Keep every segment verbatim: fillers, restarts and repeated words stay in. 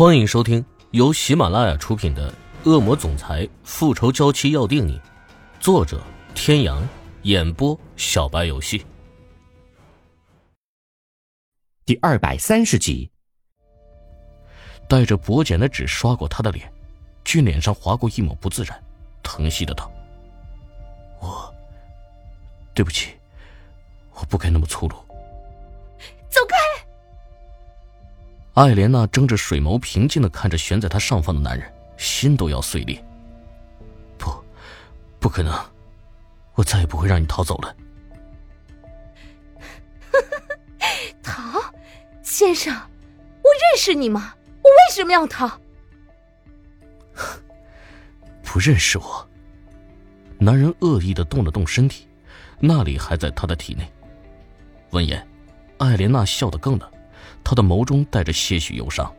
欢迎收听由喜马拉雅出品的《恶魔总裁复仇娇妻要定你》，作者天阳，演播小白游戏。 第二百三十集。 带着薄茧的纸刷过他的脸，俊脸上划过一抹不自然，疼惜的道：我对不起，我不该那么粗鲁。 走开！ 艾莲娜睁着水眸平静地看着悬在她上方的男人，心都要碎裂。不，不可能，我再也不会让你逃走了。 逃？先生，我认识你吗？我为什么要逃？ 不认识我？男人恶意地动了动身体，那里还在他的体内。闻言，艾莲娜笑得更冷，她的眸中带着些许忧伤。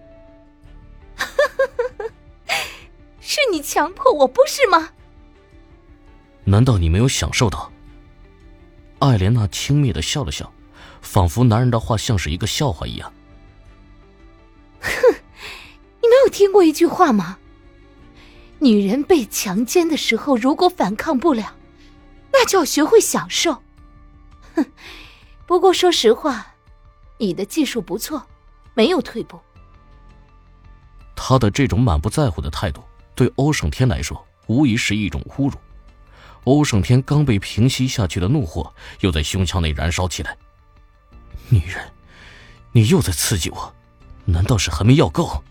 是你强迫我，不是吗？ 难道你没有享受到？艾莲娜轻蔑地笑了笑，仿佛男人的话像是一个笑话一样。 哼，你没有听过一句话吗？女人被强奸的时候，如果反抗不了，那就要学会享受。哼，不过说实话，你的技术不错，没有退步。 他的这种满不在乎的态度，对欧胜天来说，无疑是一种侮辱。欧胜天刚被平息下去的怒火，又在胸腔内燃烧起来。女人，你又在刺激我，难道是还没要够？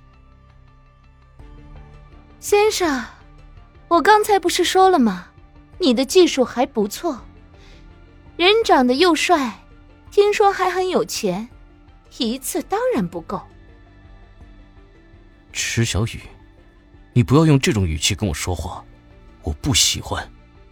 先生，我刚才不是说了吗？你的技术还不错，人长得又帅，听说还很有钱，一次当然不够。 池小雨，你不要用这种语气跟我说话，我不喜欢。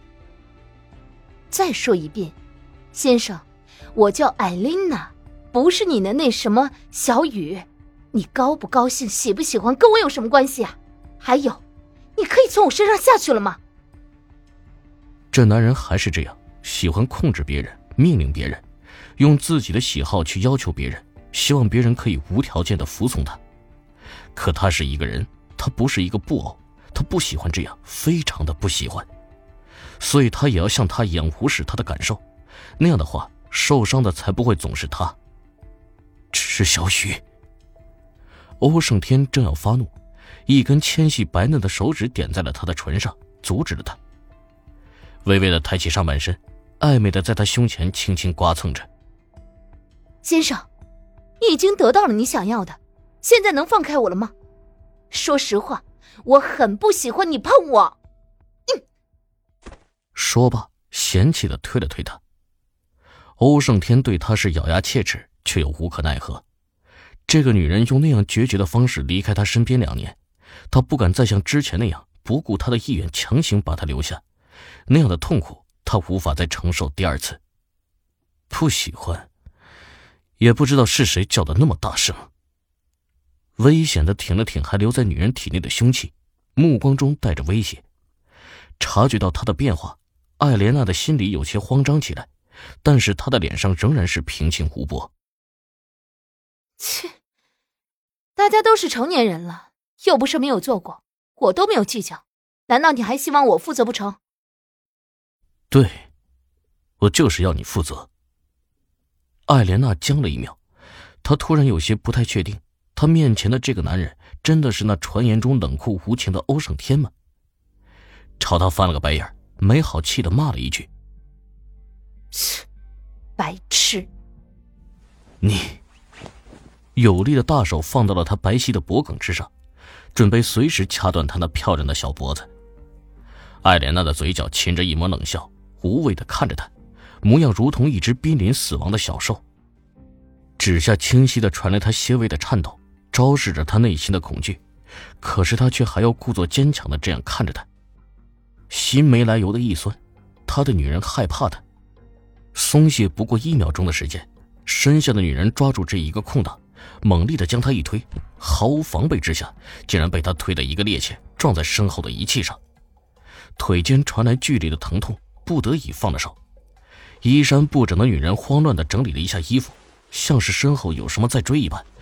再说一遍，先生，我叫艾琳娜，不是你的那什么小雨。你高不高兴，喜不喜欢，跟我有什么关系啊？还有，你可以从我身上下去了吗？ 这男人还是这样，喜欢控制别人，命令别人，用自己的喜好去要求别人，希望别人可以无条件的服从他。可他是一个人，他不是一个布偶，他不喜欢这样，非常的不喜欢。所以他也要像他一样无视他的感受，那样的话，受伤的才不会总是他。池小雨。欧胜天正要发怒，一根纤细白嫩的手指点在了他的唇上，阻止了他。微微的抬起上半身，暧昧的在他胸前轻轻刮蹭着。 先生，你已经得到了你想要的，现在能放开我了吗？说实话，我很不喜欢你碰我。嗯、 说罢，嫌弃的推了推他。欧胜天对他是咬牙切齿，却又无可奈何。这个女人用那样决绝的方式离开他身边两年，他不敢再像之前那样不顾他的意愿强行把他留下，那样的痛苦他无法再承受第二次。不喜欢，也不知道是谁叫的那么大声。危险的挺了挺还留在女人体内的凶器，目光中带着威胁。察觉到他的变化，艾莲娜的心里有些慌张起来，但是她的脸上仍然是平静无波。 切，大家都是成年人了，又不是没有做过，我都没有计较，难道你还希望我负责不成？ 对，我就是要你负责。艾莲娜僵了一秒，她突然有些不太确定，她面前的这个男人真的是那传言中冷酷无情的欧胜天吗？朝他翻了个白眼，没好气地骂了一句： 切，白痴。 你。有力的大手放到了他白皙的脖颈之上，准备随时掐断他那漂亮的小脖子。艾莲娜的嘴角噙着一抹冷笑，无畏地看着他，模样如同一只濒临死亡的小兽。指下清晰地传来他些微的颤抖，昭示着他内心的恐惧，可是他却还要故作坚强地这样看着他。心没来由的一酸，他的女人害怕他。松懈不过一秒钟的时间，身下的女人抓住这一个空档，猛力地将他一推，毫无防备之下，竟然被他推得一个趔趄，撞在身后的仪器上。腿间传来剧烈的疼痛，不得已放了手。衣衫不整的女人慌乱地整理了一下衣服，像是身后有什么在追一般，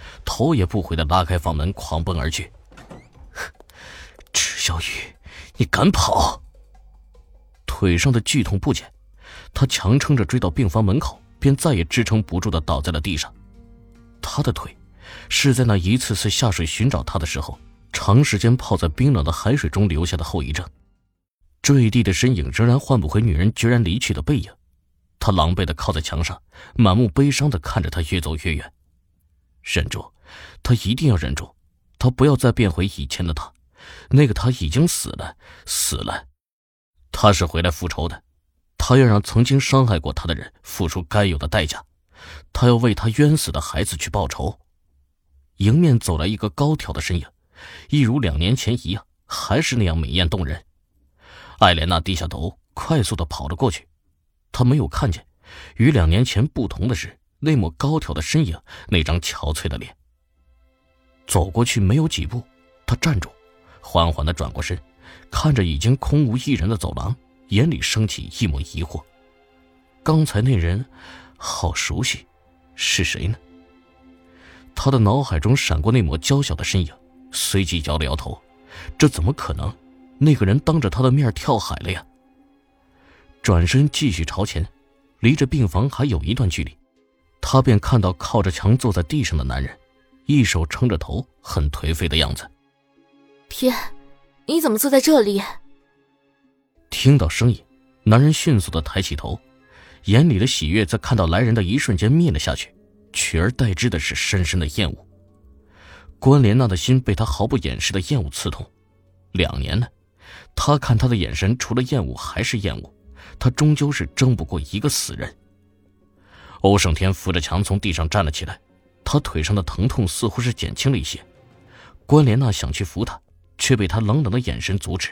头也不回地拉开房门狂奔而去。池小雨，你敢跑！腿上的剧痛不减，他强撑着追到病房门口，便再也支撑不住地倒在了地上。他的腿是在那一次次下水寻找他的时候，长时间泡在冰冷的海水中留下的后遗症。坠地的身影仍然换不回女人决然离去的背影。他狼狈地靠在墙上，满目悲伤地看着她越走越远。忍住，他一定要忍住，他不要再变回以前的他，那个他已经死了，死了。他是回来复仇的，他要让曾经伤害过他的人付出该有的代价，他要为他冤死的孩子去报仇。迎面走来一个高挑的身影，一如两年前一样，还是那样美艳动人。艾莲娜低下头，快速地跑了过去。她没有看见，与两年前不同的是，那抹高挑的身影，那张憔悴的脸。走过去没有几步，她站住，缓缓地转过身，看着已经空无一人的走廊，眼里升起一抹疑惑。刚才那人好熟悉，是谁呢？他的脑海中闪过那抹娇小的身影，随即摇了摇头，这怎么可能？那个人当着他的面跳海了呀！转身继续朝前，离着病房还有一段距离，他便看到靠着墙坐在地上的男人，一手撑着头，很颓废的样子。 天，你怎么坐在这里？ 听到声音，男人迅速地抬起头，眼里的喜悦在看到来人的一瞬间灭了下去，取而代之的是深深的厌恶。关莲娜的心被他毫不掩饰的厌恶刺痛。两年了，他看他的眼神除了厌恶还是厌恶，他终究是争不过一个死人。欧胜天扶着墙从地上站了起来，他腿上的疼痛似乎是减轻了一些。关莲娜想去扶他，却被他冷冷的眼神阻止。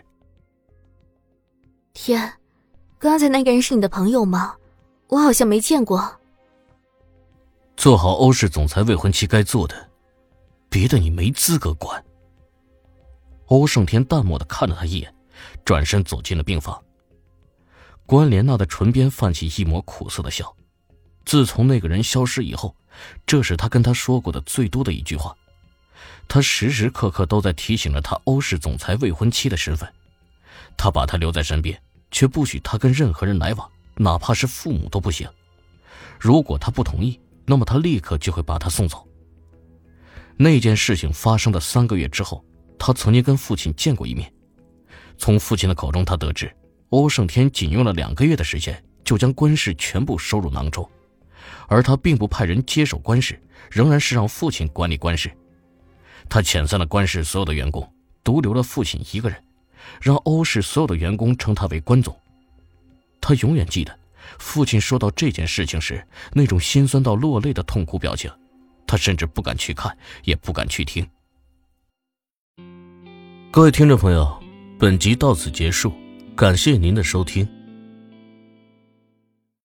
天，刚才那个人是你的朋友吗？我好像没见过。 做好欧氏总裁未婚妻该做的，别的你没资格管。欧胜天淡漠地看了他一眼，转身走进了病房。关莲娜的唇边泛起一抹苦涩的笑。自从那个人消失以后，这是他跟他说过的最多的一句话。他时时刻刻都在提醒着他欧氏总裁未婚妻的身份。他把他留在身边，却不许他跟任何人来往，哪怕是父母都不行。如果他不同意，那么他立刻就会把他送走。那件事情发生的三个月之后，他曾经跟父亲见过一面。从父亲的口中他得知，欧胜天仅用了两个月的时间就将官事全部收入囊中，而他并不派人接手官事，仍然是让父亲管理官事。他遣散了官事所有的员工，独留了父亲一个人，让欧氏所有的员工称他为关总。他永远记得父亲说到这件事情时那种心酸到落泪的痛苦表情，他甚至不敢去看，也不敢去听。各位听众朋友，本集到此结束，感谢您的收听。